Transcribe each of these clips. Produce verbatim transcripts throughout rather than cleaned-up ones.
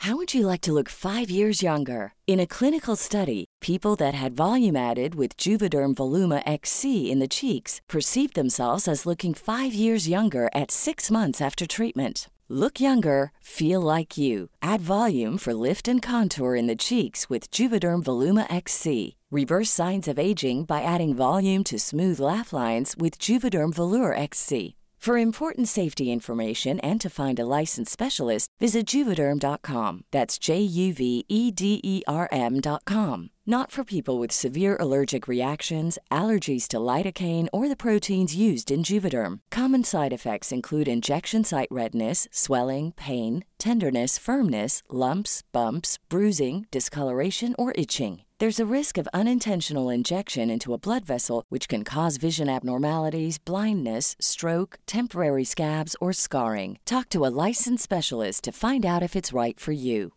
How would you like to look five years younger? In a clinical study, people that had volume added with Juvederm Voluma X C in the cheeks perceived themselves as looking five years younger at six months after treatment. Look younger, feel like you. Add volume for lift and contour in the cheeks with Juvederm Voluma X C. Reverse signs of aging by adding volume to smooth laugh lines with Juvederm Volure X C. For important safety information and to find a licensed specialist, visit Juvederm dot com. That's J U V E D E R M dot com. Not for people with severe allergic reactions, allergies to lidocaine, or the proteins used in Juvederm. Common side effects include injection site redness, swelling, pain, tenderness, firmness, lumps, bumps, bruising, discoloration, or itching. There's a risk of unintentional injection into a blood vessel, which can cause vision abnormalities, blindness, stroke, temporary scabs, or scarring. Talk to a licensed specialist to find out if it's right for you.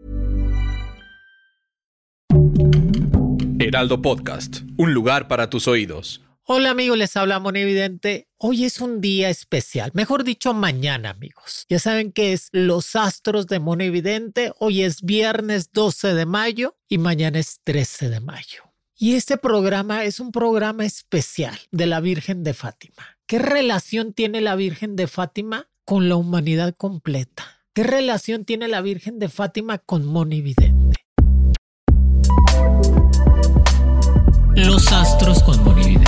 Heraldo Podcast, un lugar para tus oídos. Hola amigos, les habla Monividente. Hoy es un día especial, mejor dicho mañana amigos. Ya saben que es los astros de Monividente. Hoy es viernes doce de mayo y mañana es trece de mayo. Y este programa es un programa especial de la Virgen de Fátima. ¿Qué relación tiene la Virgen de Fátima con la humanidad completa? ¿Qué relación tiene la Virgen de Fátima con Monividente? Los astros con Monividente.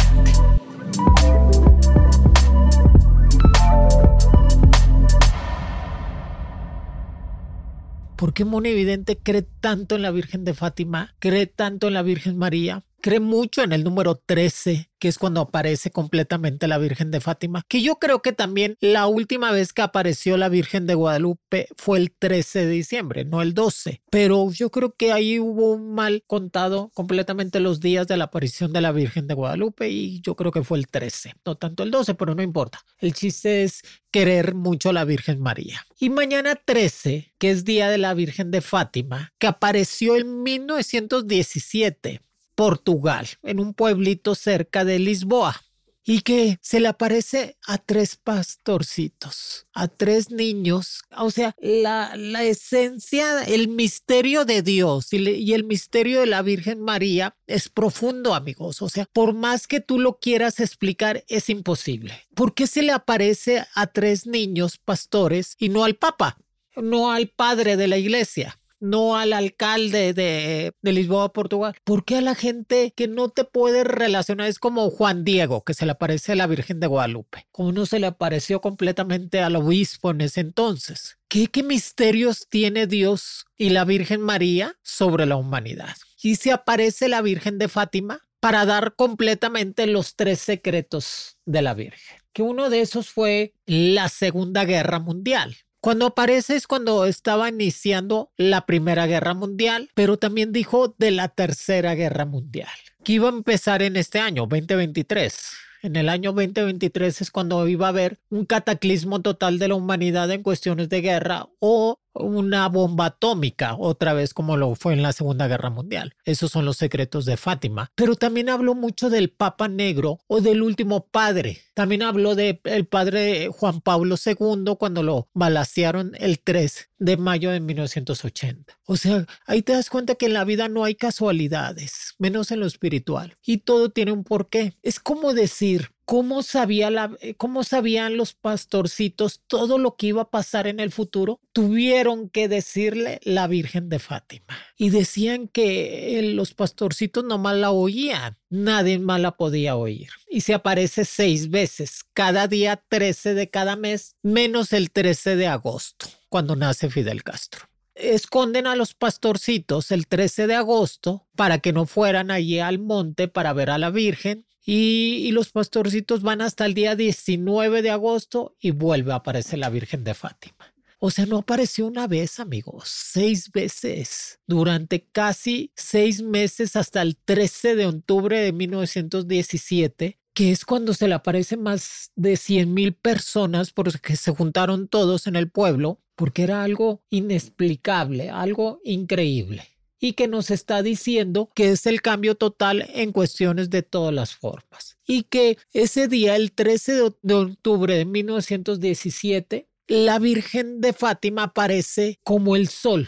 ¿Por qué Monividente cree tanto en la Virgen de Fátima? ¿Cree tanto en la Virgen María? Cree mucho en el número trece, que es cuando aparece completamente la Virgen de Fátima, que yo creo que también la última vez que apareció la Virgen de Guadalupe fue el trece de diciembre, no el doce. Pero yo creo que ahí hubo un mal contado completamente los días de la aparición de la Virgen de Guadalupe y yo creo que fue el trece, no tanto el doce, pero no importa. El chiste es querer mucho a la Virgen María. Y mañana trece, que es Día de la Virgen de Fátima, que apareció en mil novecientos diecisiete, Portugal, en un pueblito cerca de Lisboa, y que se le aparece a tres pastorcitos, a tres niños. O sea, la, la esencia, el misterio de Dios y, le, y el misterio de la Virgen María es profundo, amigos. O sea, por más que tú lo quieras explicar, es imposible. ¿Por qué se le aparece a tres niños pastores y no al Papa, no al padre de la iglesia? No al alcalde de, de Lisboa, Portugal? ¿Por qué a la gente que no te puede relacionar? Es como Juan Diego, que se le aparece a la Virgen de Guadalupe. Como no se le apareció completamente al obispo en ese entonces. ¿Qué, qué misterios tiene Dios y la Virgen María sobre la humanidad? Y se aparece la Virgen de Fátima para dar completamente los tres secretos de la Virgen. Que uno de esos fue la Segunda Guerra Mundial. Cuando aparece es cuando estaba iniciando la Primera Guerra Mundial, pero también dijo de la Tercera Guerra Mundial, que iba a empezar en este año, veinte veintitrés. En el año veinte veintitrés es cuando iba a haber un cataclismo total de la humanidad en cuestiones de guerra o una bomba atómica, otra vez como lo fue en la Segunda Guerra Mundial. Esos son los secretos de Fátima. Pero también habló mucho del Papa Negro o del último padre. También habló del padre Juan Pablo segundo cuando lo balacearon el tres de mayo de mil novecientos ochenta. O sea, ahí te das cuenta que en la vida no hay casualidades, menos en lo espiritual. Y todo tiene un porqué. Es como decir, ¿Cómo, sabía la, ¿Cómo sabían los pastorcitos todo lo que iba a pasar en el futuro? Tuvieron que decirle la Virgen de Fátima. Y decían que los pastorcitos nomás la oían. Nadie más la podía oír. Y se aparece seis veces, cada día trece de cada mes, menos el trece de agosto, cuando nace Fidel Castro. Esconden a los pastorcitos el trece de agosto para que no fueran allí al monte para ver a la Virgen. Y, y los pastorcitos van hasta el día diecinueve de agosto y vuelve a aparecer la Virgen de Fátima. O sea, no apareció una vez, amigos, seis veces. Durante casi seis meses hasta el trece de octubre de mil novecientos diecisiete, que es cuando se le aparecen más de cien mil personas porque se juntaron todos en el pueblo, porque era algo inexplicable, algo increíble. Y que nos está diciendo que es el cambio total en cuestiones de todas las formas. Y que ese día, el trece de octubre de mil novecientos diecisiete, la Virgen de Fátima aparece como el sol,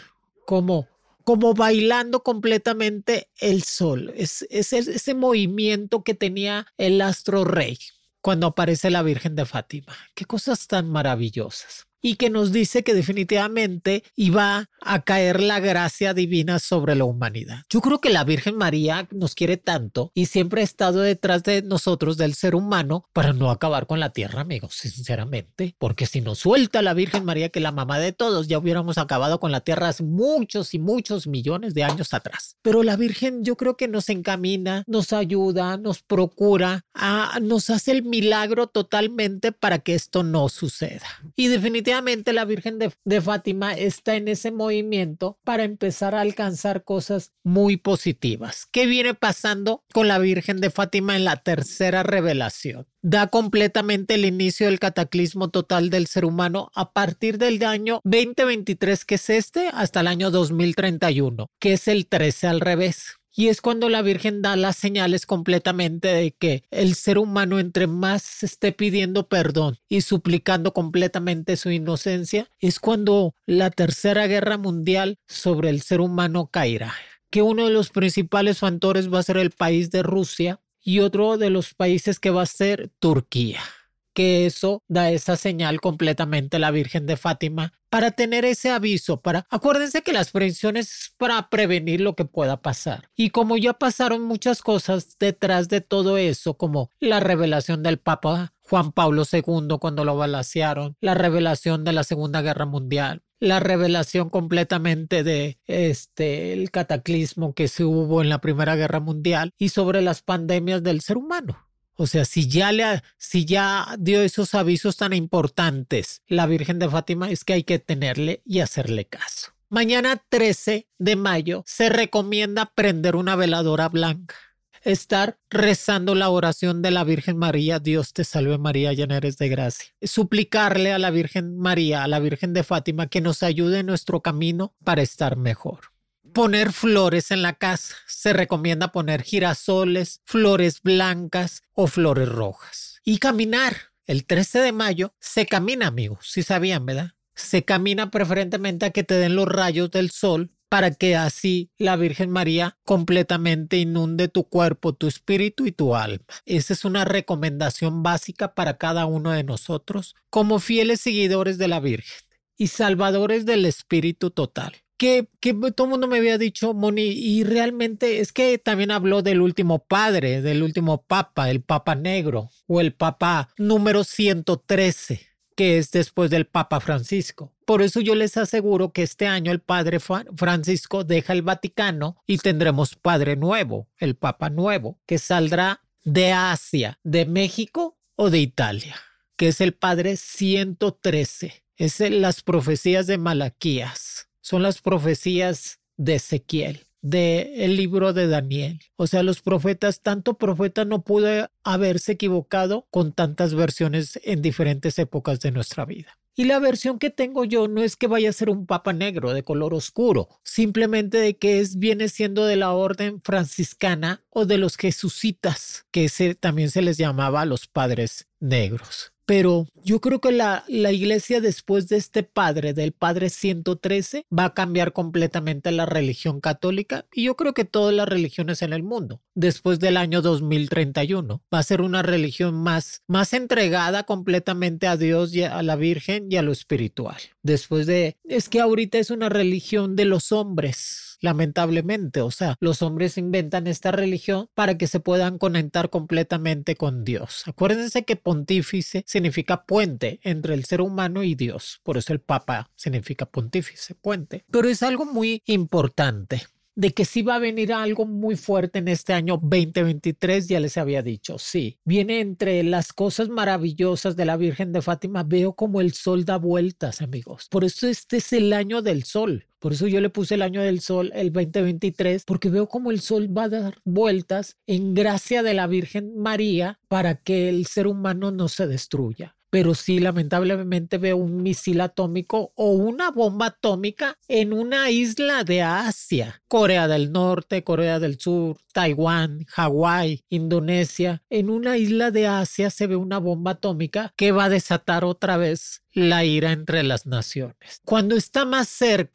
como, como bailando completamente el sol. Es, es el, ese movimiento que tenía el astro rey cuando aparece la Virgen de Fátima. Qué cosas tan maravillosas. Y que nos dice que definitivamente iba a caer la gracia divina sobre la humanidad. Yo creo que la Virgen María nos quiere tanto y siempre ha estado detrás de nosotros, del ser humano, para no acabar con la tierra, amigos, sinceramente. Porque si nos suelta la Virgen María, que es la mamá de todos, ya hubiéramos acabado con la tierra hace muchos y muchos millones de años atrás. Pero la Virgen yo creo que nos encamina, nos ayuda, nos procura, a, nos hace el milagro totalmente para que esto no suceda. Y definitivamente la Virgen de, de Fátima está en ese movimiento para empezar a alcanzar cosas muy positivas. ¿Qué viene pasando con la Virgen de Fátima en la tercera revelación? Da completamente el inicio del cataclismo total del ser humano a partir del año veinte veintitrés, que es este, hasta el año dos mil treinta y uno, que es el trece al revés. Y es cuando la Virgen da las señales completamente de que el ser humano, entre más esté pidiendo perdón y suplicando completamente su inocencia, es cuando la tercera guerra mundial sobre el ser humano caerá. Que uno de los principales factores va a ser el país de Rusia y otro de los países que va a ser Turquía. Que eso da esa señal completamente la Virgen de Fátima para tener ese aviso, para, acuérdense que las prevenciones es para prevenir lo que pueda pasar. Y como ya pasaron muchas cosas detrás de todo eso, como la revelación del Papa Juan Pablo segundo cuando lo balacearon, la revelación de la Segunda Guerra Mundial, la revelación completamente de este el cataclismo que se hubo en la Primera Guerra Mundial y sobre las pandemias del ser humano. O sea, si ya, le, si ya dio esos avisos tan importantes la Virgen de Fátima, es que hay que tenerle y hacerle caso. Mañana trece de mayo se recomienda prender una veladora blanca. Estar rezando la oración de la Virgen María, Dios te salve María, llena eres de gracia. Suplicarle a la Virgen María, a la Virgen de Fátima, que nos ayude en nuestro camino para estar mejor. Poner flores en la casa. Se recomienda poner girasoles, flores blancas o flores rojas. Y caminar. El trece de mayo se camina, amigos. Si sabían, ¿verdad? Se camina preferentemente a que te den los rayos del sol para que así la Virgen María completamente inunde tu cuerpo, tu espíritu y tu alma. Esa es una recomendación básica para cada uno de nosotros como fieles seguidores de la Virgen y salvadores del espíritu total. Que, que todo el mundo me había dicho, Moni, y realmente es que también habló del último padre, del último papa, el Papa Negro o el Papa número ciento trece, que es después del Papa Francisco. Por eso yo les aseguro que este año el Padre Francisco deja el Vaticano y tendremos Padre nuevo, el Papa nuevo, que saldrá de Asia, de México o de Italia, que es el Padre ciento trece. Es las profecías de Malaquías. Son las profecías de Ezequiel, del libro de Daniel. O sea, los profetas, tanto profeta no pudo haberse equivocado con tantas versiones en diferentes épocas de nuestra vida. Y la versión que tengo yo no es que vaya a ser un papa negro de color oscuro, simplemente de que es, viene siendo de la orden franciscana o de los jesucitas, que ese también se les llamaba a los padres negros. Pero yo creo que la, la iglesia después de este padre, del padre ciento trece, va a cambiar completamente la religión católica y yo creo que todas las religiones en el mundo. Después del año dos mil treinta y uno va a ser una religión más, más entregada completamente a Dios y a la Virgen y a lo espiritual. Después de... Es que ahorita es una religión de los hombres. Lamentablemente, o sea, los hombres inventan esta religión para que se puedan conectar completamente con Dios. Acuérdense que pontífice significa puente entre el ser humano y Dios. Por eso el Papa significa pontífice, puente. Pero es algo muy importante. De que sí va a venir algo muy fuerte en este año veinte veintitrés, ya les había dicho, sí. Viene entre las cosas maravillosas de la Virgen de Fátima, veo como el sol da vueltas, amigos. Por eso este es el año del sol. Por eso yo le puse el año del sol, el veinte veintitrés, porque veo como el sol va a dar vueltas en gracia de la Virgen María para que el ser humano no se destruya. Pero sí, lamentablemente veo un misil atómico o una bomba atómica en una isla de Asia. Corea del Norte, Corea del Sur, Taiwán, Hawái, Indonesia. En una isla de Asia se ve una bomba atómica que va a desatar otra vez la ira entre las naciones. Cuando está más cerca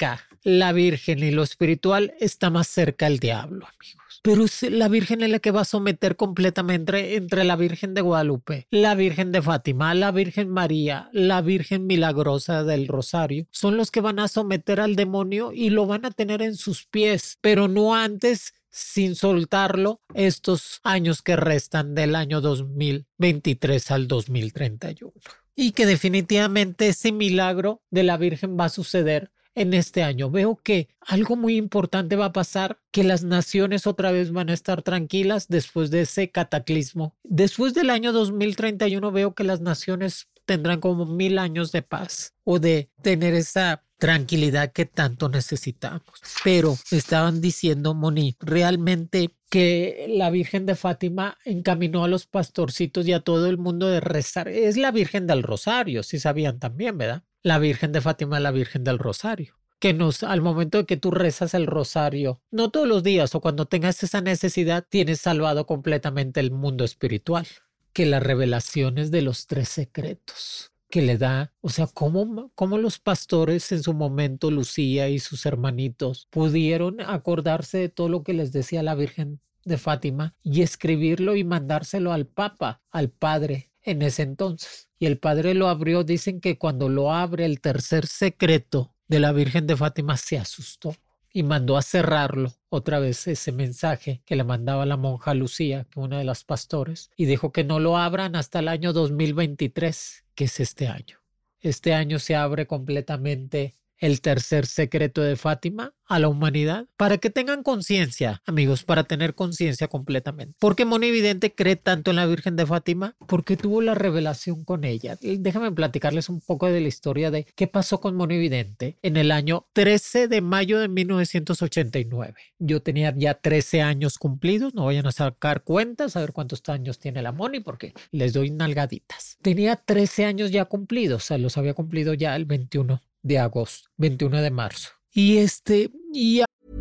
la Virgen y lo espiritual, está más cerca el diablo, amigos. Pero la Virgen es la que va a someter completamente entre la Virgen de Guadalupe, la Virgen de Fátima, la Virgen María, la Virgen Milagrosa del Rosario. Son los que van a someter al demonio y lo van a tener en sus pies, pero no antes, sin soltarlo, estos años que restan del año dos mil veintitrés al dos mil treinta y uno. Y que definitivamente ese milagro de la Virgen va a suceder en este año. Veo que algo muy importante va a pasar, que las naciones otra vez van a estar tranquilas después de ese cataclismo. Después del año dos mil treinta y uno veo que las naciones tendrán como mil años de paz o de tener esa tranquilidad que tanto necesitamos. Pero estaban diciendo, Moni, realmente que la Virgen de Fátima encaminó a los pastorcitos y a todo el mundo de rezar. Es la Virgen del Rosario, si sabían también, ¿verdad? La Virgen de Fátima es la Virgen del Rosario, que nos, al momento de que tú rezas el rosario, no todos los días o cuando tengas esa necesidad, tienes salvado completamente el mundo espiritual. Que las revelaciones de los tres secretos que le da, o sea, cómo, cómo los pastores en su momento, Lucía y sus hermanitos, pudieron acordarse de todo lo que les decía la Virgen de Fátima y escribirlo y mandárselo al Papa, al Padre en ese entonces. Y el Padre lo abrió, dicen que cuando lo abre el tercer secreto de la Virgen de Fátima se asustó y mandó a cerrarlo otra vez ese mensaje que le mandaba la monja Lucía, que una de las pastores, y dijo que no lo abran hasta el año dos mil veintitrés, que es este año. Este año se abre completamente el tercer secreto de Fátima a la humanidad, para que tengan conciencia, amigos, para tener conciencia completamente. ¿Por qué Moni Vidente cree tanto en la Virgen de Fátima? Porque tuvo la revelación con ella. Déjame platicarles un poco de la historia de qué pasó con Moni Vidente en el año trece de mayo de mil novecientos ochenta y nueve. Yo tenía ya trece años cumplidos, no vayan a sacar cuentas, a ver cuántos años tiene la Moni, porque les doy nalgaditas. Tenía trece años ya cumplidos, o sea, los había cumplido ya el veintiuno de agosto, veintiuno de marzo. Y este, y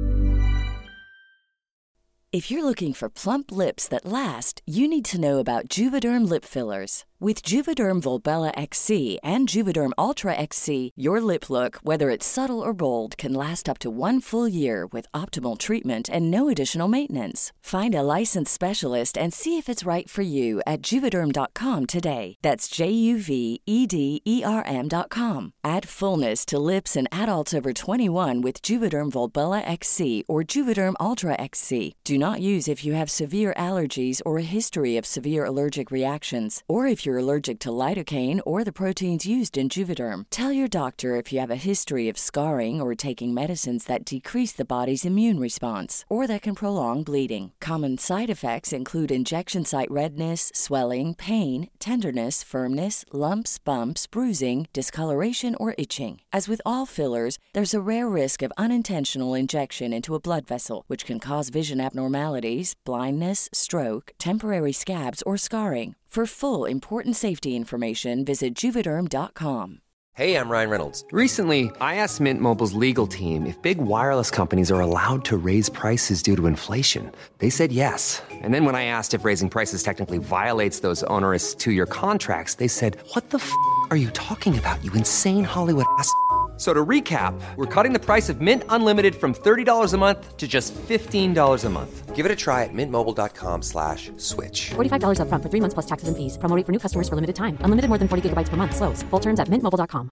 If you're looking for plump lips that last, you need to know about Juvederm lip fillers. With Juvederm Volbella X C and Juvederm Ultra X C, your lip look, whether it's subtle or bold, can last up to one full year with optimal treatment and no additional maintenance. Find a licensed specialist and see if it's right for you at Juvederm dot com today. That's J U V E D E R M dot com. Add fullness to lips in adults over twenty-one with Juvederm Volbella X C or Juvederm Ultra X C. Do not use if you have severe allergies or a history of severe allergic reactions, or if you're allergic to lidocaine or the proteins used in Juvederm. Tell your doctor if you have a history of scarring or taking medicines that decrease the body's immune response or that can prolong bleeding. Common side effects include injection site redness, swelling, pain, tenderness, firmness, lumps, bumps, bruising, discoloration, or itching. As with all fillers, there's a rare risk of unintentional injection into a blood vessel, which can cause vision abnormalities, blindness, stroke, temporary scabs, or scarring. For full, important safety information, visit Juvederm dot com. Hey, I'm Ryan Reynolds. Recently, I asked Mint Mobile's legal team if big wireless companies are allowed to raise prices due to inflation. They said yes. And then when I asked if raising prices technically violates those onerous two-year contracts, they said, "What the f*** are you talking about, you insane Hollywood ass f- So to recap, we're cutting the price of Mint Unlimited from thirty dollars a month to just fifteen dollars a month. Give it a try at mintmobile.com slash switch. forty-five dollars up front for three months plus taxes and fees. Promo rate for new customers for limited time. Unlimited more than forty gigabytes per month. Slows full terms at mint mobile dot com.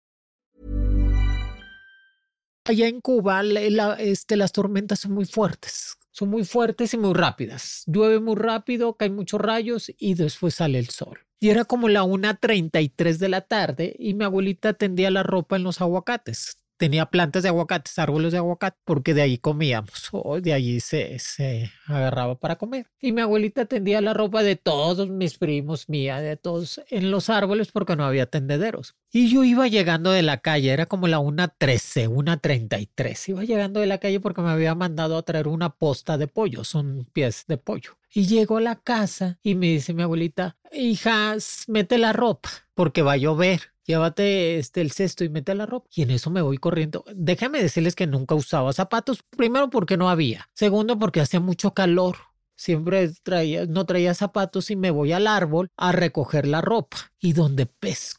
Allá en Cuba la, la, este, las tormentas son muy fuertes. Son muy fuertes y muy rápidas. Llueve muy rápido, caen muchos rayos y después sale el sol. Y era como la una treinta y tres de la tarde y mi abuelita tendía la ropa en los aguacates. Tenía plantas de aguacates, árboles de aguacate, porque de ahí comíamos, o de allí se, se agarraba para comer. Y mi abuelita tendía la ropa de todos mis primos, mía, de todos, en los árboles porque no había tendederos. Y yo iba llegando de la calle, era como la una trece, una treinta y tres. Iba llegando de la calle porque me había mandado a traer una posta de pollo, son pies de pollo. Y llego a la casa y me dice mi abuelita, hija, mete la ropa porque va a llover. Llévate este, el cesto y mete la ropa. Y en eso me voy corriendo. Déjame decirles que nunca usaba zapatos. Primero porque no había. Segundo porque hacía mucho calor. Siempre traía, no traía zapatos y me voy al árbol a recoger la ropa. Y donde pesco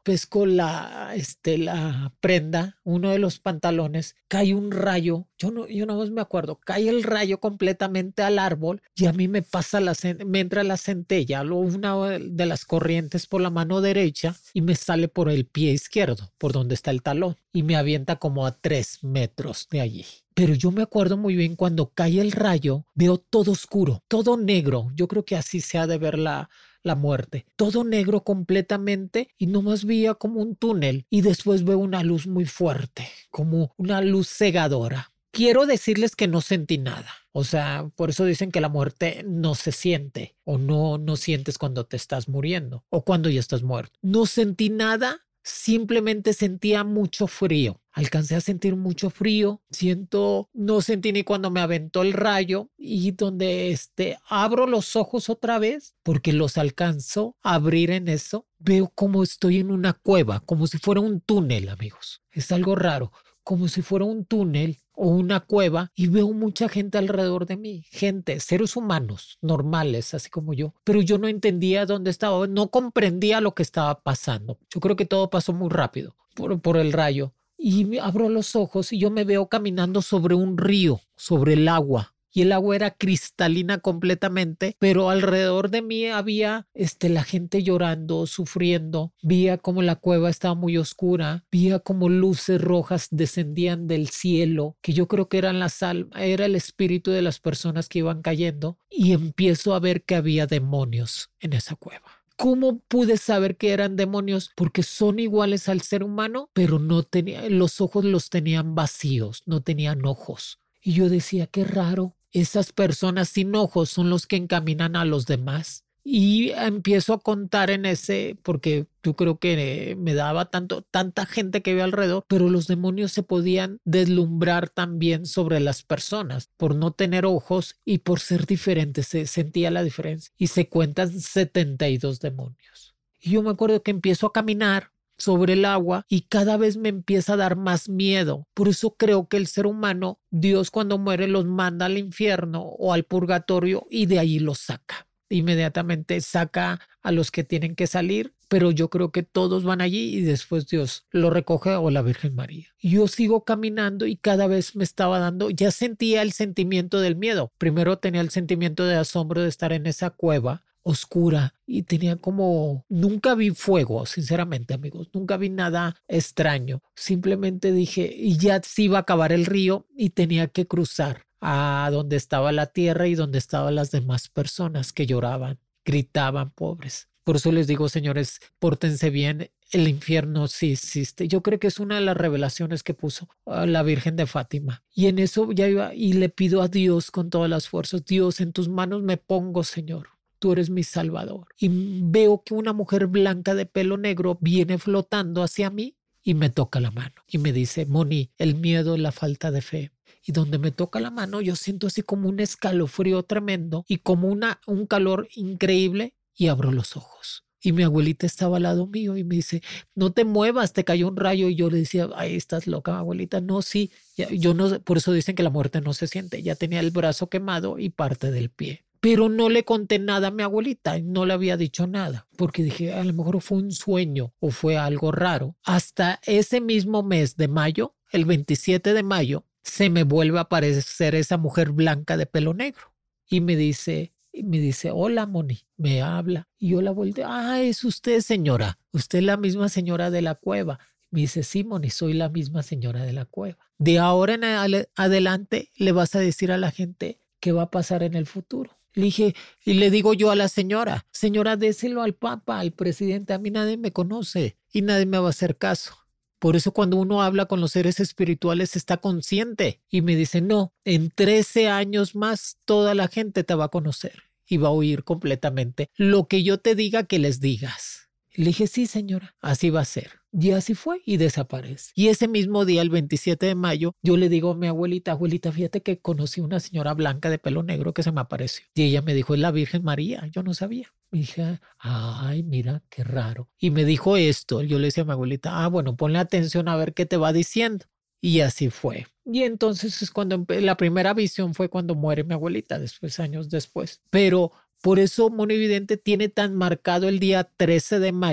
pesco la, este, la prenda, uno de los pantalones, cae un rayo, yo no, yo no me acuerdo, cae el rayo completamente al árbol y a mí me pasa la, me entra la centella, una de las corrientes por la mano derecha y me sale por el pie izquierdo, por donde está el talón y me avienta como a tres metros de allí. Pero yo me acuerdo muy bien cuando cae el rayo, veo todo oscuro, todo negro, yo creo que así se ha de ver la... la muerte, todo negro completamente y nomás veía como un túnel y después veo una luz muy fuerte, como una luz cegadora. Quiero decirles que no sentí nada, o sea, por eso dicen que la muerte no se siente o no, no sientes cuando te estás muriendo o cuando ya estás muerto. No sentí nada, simplemente sentía mucho frío. Alcancé a sentir mucho frío, siento, no sentí ni cuando me aventó el rayo y donde este, abro los ojos otra vez porque los alcanzo a abrir en eso, veo como estoy en una cueva, como si fuera un túnel, amigos. Es algo raro, como si fuera un túnel o una cueva y veo mucha gente alrededor de mí, gente, seres humanos normales, así como yo, pero yo no entendía dónde estaba, no comprendía lo que estaba pasando. Yo creo que todo pasó muy rápido por, por el rayo. Y abro los ojos y yo me veo caminando sobre un río, sobre el agua. Y el agua era cristalina completamente, pero alrededor de mí había este, la gente llorando, sufriendo. Veía como la cueva estaba muy oscura. Veía como luces rojas descendían del cielo, que yo creo que eran las almas, era el espíritu de las personas que iban cayendo. Y empiezo a ver que había demonios en esa cueva. ¿Cómo pude saber que eran demonios? Porque son iguales al ser humano, pero no tenía, los ojos los tenían vacíos, no tenían ojos. Y yo decía, qué raro, esas personas sin ojos son los que encaminan a los demás. Y empiezo a contar en ese, porque yo creo que me daba tanto, tanta gente que había alrededor, pero los demonios se podían deslumbrar también sobre las personas por no tener ojos y por ser diferentes, se sentía la diferencia. Y se cuentan setenta y dos demonios. Y yo me acuerdo que empiezo a caminar sobre el agua y cada vez me empieza a dar más miedo. Por eso creo que el ser humano, Dios cuando muere los manda al infierno o al purgatorio y de ahí los saca. Inmediatamente saca a los que tienen que salir, pero yo creo que todos van allí y después Dios lo recoge o la Virgen María. Yo sigo caminando y cada vez me estaba dando, ya sentía el sentimiento del miedo. Primero tenía el sentimiento de asombro de estar en esa cueva oscura y tenía como, nunca vi fuego, sinceramente amigos, nunca vi nada extraño. Simplemente dije, y ya se iba a acabar el río y tenía que cruzar a donde estaba la tierra y donde estaban las demás personas que lloraban, gritaban, pobres. Por eso les digo, señores, pórtense bien, el infierno sí existe. Yo creo que es una de las revelaciones que puso la Virgen de Fátima. Y en eso ya iba y le pido a Dios con todas las fuerzas, Dios, en tus manos me pongo, Señor. Tú eres mi Salvador. Y veo que una mujer blanca de pelo negro viene flotando hacia mí y me toca la mano. Y me dice, Moni, el miedo es la falta de fe. Y donde me toca la mano yo siento así como un escalofrío tremendo y como una, un calor increíble y abro los ojos. Y mi abuelita estaba al lado mío y me dice, no te muevas, te cayó un rayo. Y yo le decía, ay, estás loca, abuelita. No, sí, yo no, por eso dicen que la muerte no se siente. Ya tenía el brazo quemado y parte del pie. Pero no le conté nada a mi abuelita, no le había dicho nada, porque dije, a lo mejor fue un sueño o fue algo raro. Hasta ese mismo mes de mayo, el veintisiete de mayo, se me vuelve a aparecer esa mujer blanca de pelo negro. Y me dice, y me dice, hola, Moni, me habla. Y yo la volteo, ah, es usted, señora, usted es la misma señora de la cueva. Me dice, sí, Moni, soy la misma señora de la cueva. De ahora en adelante le vas a decir a la gente qué va a pasar en el futuro. Le dije, y le digo yo a la señora, señora, déselo al Papa, al presidente, a mí nadie me conoce y nadie me va a hacer caso. Por eso cuando uno habla con los seres espirituales está consciente y me dice, no, en trece años más toda la gente te va a conocer y va a oír completamente lo que yo te diga que les digas. Le dije, sí, señora, así va a ser. Y así fue y desaparece. Y ese mismo día, el veintisiete de mayo, yo le digo a mi abuelita, abuelita, fíjate que conocí una señora blanca de pelo negro que se me apareció. Y ella me dijo, es la Virgen María. Yo no sabía. Me dije, ay, mira, qué raro. Y me dijo esto. Yo le decía a mi abuelita, ah, bueno, ponle atención a ver qué te va diciendo. Y así fue. Y entonces es cuando la primera visión fue cuando muere mi abuelita, después, años después. Pero por eso Monividente tiene tan marcado el día trece de mayo,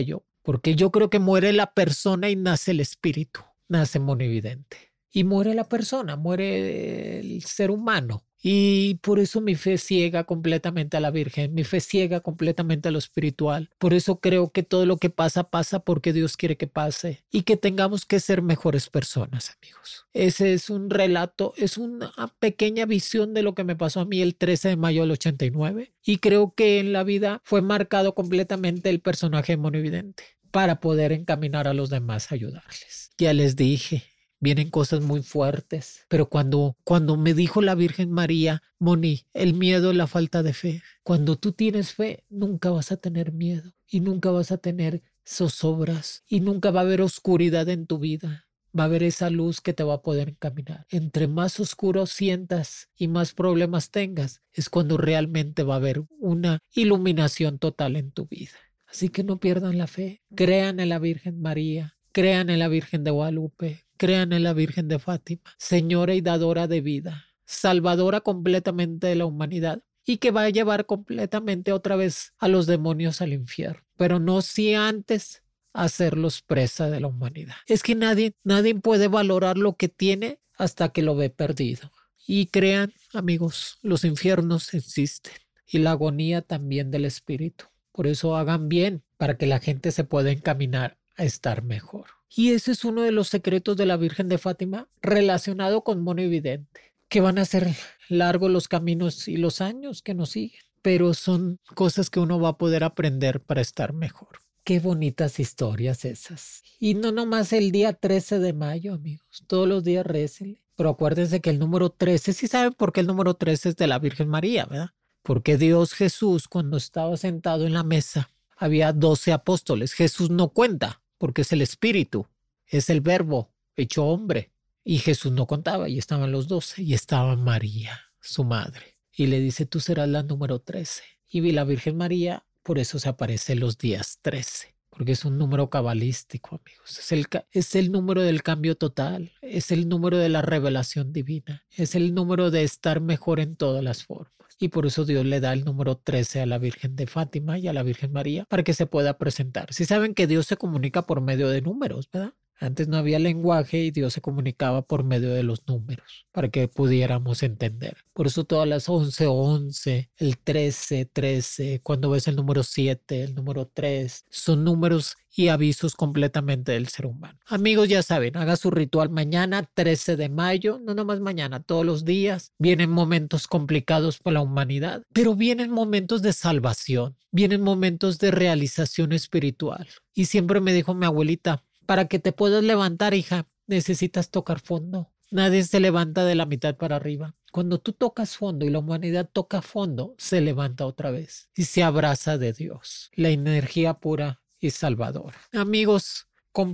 Porque yo creo que muere la persona y nace el espíritu, nace monividente. Y muere la persona, muere el ser humano. Y por eso mi fe ciega completamente a la Virgen, mi fe ciega completamente a lo espiritual. Por eso creo que todo lo que pasa, pasa porque Dios quiere que pase y que tengamos que ser mejores personas, amigos. Ese es un relato, es una pequeña visión de lo que me pasó a mí el trece de mayo del ochenta y nueve. Y creo que en la vida fue marcado completamente el personaje monividente para poder encaminar a los demás a ayudarles. Ya les dije. Vienen cosas muy fuertes, pero cuando, cuando me dijo la Virgen María, Moni, el miedo es la falta de fe. Cuando tú tienes fe, nunca vas a tener miedo y nunca vas a tener zozobras y nunca va a haber oscuridad en tu vida. Va a haber esa luz que te va a poder encaminar. Entre más oscuro sientas y más problemas tengas, es cuando realmente va a haber una iluminación total en tu vida. Así que no pierdan la fe. Crean en la Virgen María. Crean en la Virgen de Guadalupe, crean en la Virgen de Fátima, Señora y dadora de vida, salvadora completamente de la humanidad y que va a llevar completamente otra vez a los demonios al infierno, pero no si antes hacerlos presa de la humanidad. Es que nadie, nadie puede valorar lo que tiene hasta que lo ve perdido. Y crean, amigos, los infiernos existen y la agonía también del espíritu. Por eso hagan bien para que la gente se pueda encaminar a estar mejor. Y ese es uno de los secretos de la Virgen de Fátima relacionado con monividente, que van a ser largos los caminos y los años que nos siguen, pero son cosas que uno va a poder aprender para estar mejor. Qué bonitas historias esas. Y no nomás el día trece de mayo, amigos, todos los días récenle. Pero acuérdense que el número trece, sí saben por qué el número trece es de la Virgen María, ¿verdad? Porque Dios Jesús, cuando estaba sentado en la mesa, había doce apóstoles. Jesús no cuenta, porque es el Espíritu, es el Verbo hecho hombre. Y Jesús no contaba, y estaban los doce, y estaba María, su madre. Y le dice, tú serás la número trece. Y la Virgen María, por eso se aparece los días trece, porque es un número cabalístico, amigos. Es el, es el número del cambio total, es el número de la revelación divina, es el número de estar mejor en todas las formas. Y por eso Dios le da el número trece a la Virgen de Fátima y a la Virgen María para que se pueda presentar. Si saben que Dios se comunica por medio de números, ¿verdad? Antes no había lenguaje y Dios se comunicaba por medio de los números para que pudiéramos entender. Por eso todas las once, once, el trece, trece, cuando ves el número siete, el número tres, son números y avisos completamente del ser humano. Amigos, ya saben, haga su ritual mañana, trece de mayo, no nomás mañana, todos los días. Vienen momentos complicados para la humanidad, pero vienen momentos de salvación, vienen momentos de realización espiritual. Y siempre me dijo mi abuelita, para que te puedas levantar, hija, necesitas tocar fondo. Nadie se levanta de la mitad para arriba. Cuando tú tocas fondo y la humanidad toca fondo, se levanta otra vez y se abraza de Dios, la energía pura y salvadora. Amigos, comp-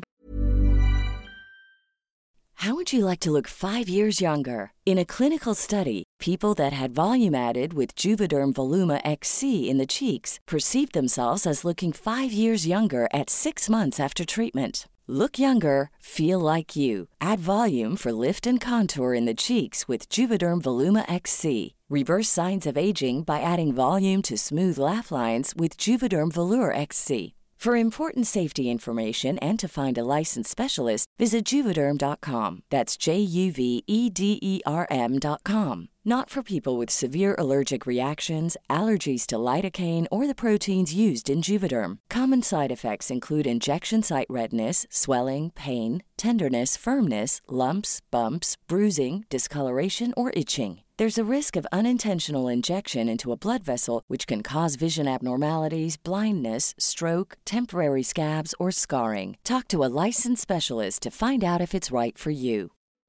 How would you like to look five years younger? In a clinical study, people that had volume added with Juvederm Voluma X C in the cheeks perceived themselves as looking five years younger at six months after treatment. Look younger, feel like you. Add volume for lift and contour in the cheeks with Juvederm Voluma X C. Reverse signs of aging by adding volume to smooth laugh lines with Juvederm Volure X C. For important safety information and to find a licensed specialist, visit Juvederm dot com. That's J U V E D E R M dot com. Not for people with severe allergic reactions, allergies to lidocaine, or the proteins used in Juvederm. Common side effects include injection site redness, swelling, pain, tenderness, firmness, lumps, bumps, bruising, discoloration, or itching. There's a risk of unintentional injection into a blood vessel, which can cause vision abnormalities, blindness, stroke, temporary scabs, or scarring. Talk to a licensed specialist to find out if it's right for you.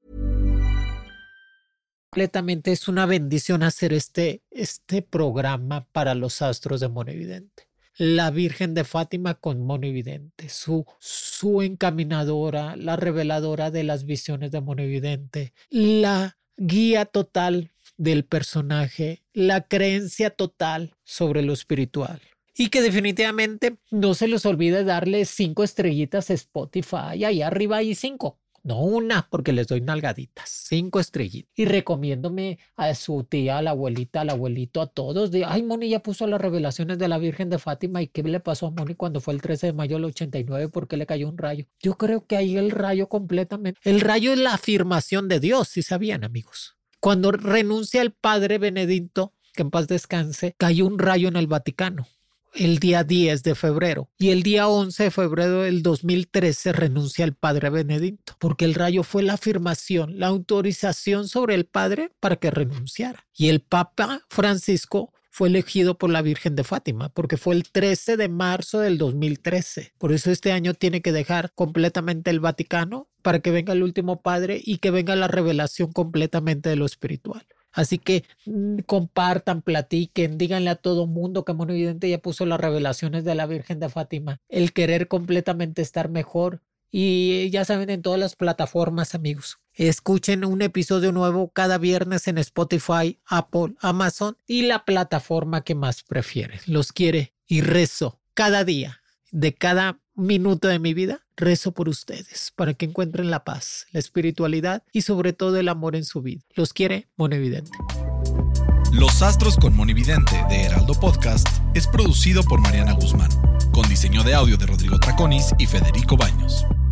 Completamente es una bendición hacer este, este programa para los astros de Monividente. La Virgen de Fátima con Monividente, su, su encaminadora, la reveladora de las visiones de Monividente, la guía total del personaje, la creencia total sobre lo espiritual. Y que definitivamente no se les olvide darle cinco estrellitas a Spotify. Ahí arriba hay cinco. No una, porque les doy nalgaditas. Cinco estrellitas. Y recomiéndome a su tía, a la abuelita, al abuelito, a todos. De, ay, Moni ya puso las revelaciones de la Virgen de Fátima. ¿Y qué le pasó a Moni cuando fue el trece de mayo del ochenta y nueve? ¿Por qué le cayó un rayo? Yo creo que ahí el rayo completamente. El rayo es la afirmación de Dios, si sabían, amigos. Cuando renuncia el padre Benedicto, que en paz descanse, cayó un rayo en el Vaticano el día diez de febrero, y el día once de febrero del dos mil trece renuncia el padre Benedicto, porque el rayo fue la afirmación, la autorización sobre el padre para que renunciara. Y el Papa Francisco fue elegido por la Virgen de Fátima, porque fue el trece de marzo del dos mil trece. Por eso este año tiene que dejar completamente el Vaticano para que venga el último padre y que venga la revelación completamente de lo espiritual. Así que mmm, compartan, platiquen, díganle a todo mundo que Mono Vidente ya puso las revelaciones de la Virgen de Fátima. El querer completamente estar mejor. Y ya saben, en todas las plataformas, amigos. Escuchen un episodio nuevo cada viernes en Spotify, Apple, Amazon y la plataforma que más prefieren. Los quiere y rezo cada día, de cada minuto de mi vida, rezo por ustedes para que encuentren la paz, la espiritualidad y sobre todo el amor en su vida. Los quiere Mono Vidente. Los Astros con Moni Vidente de Heraldo Podcast es producido por Mariana Guzmán, con diseño de audio de Rodrigo Traconis y Federico Baños.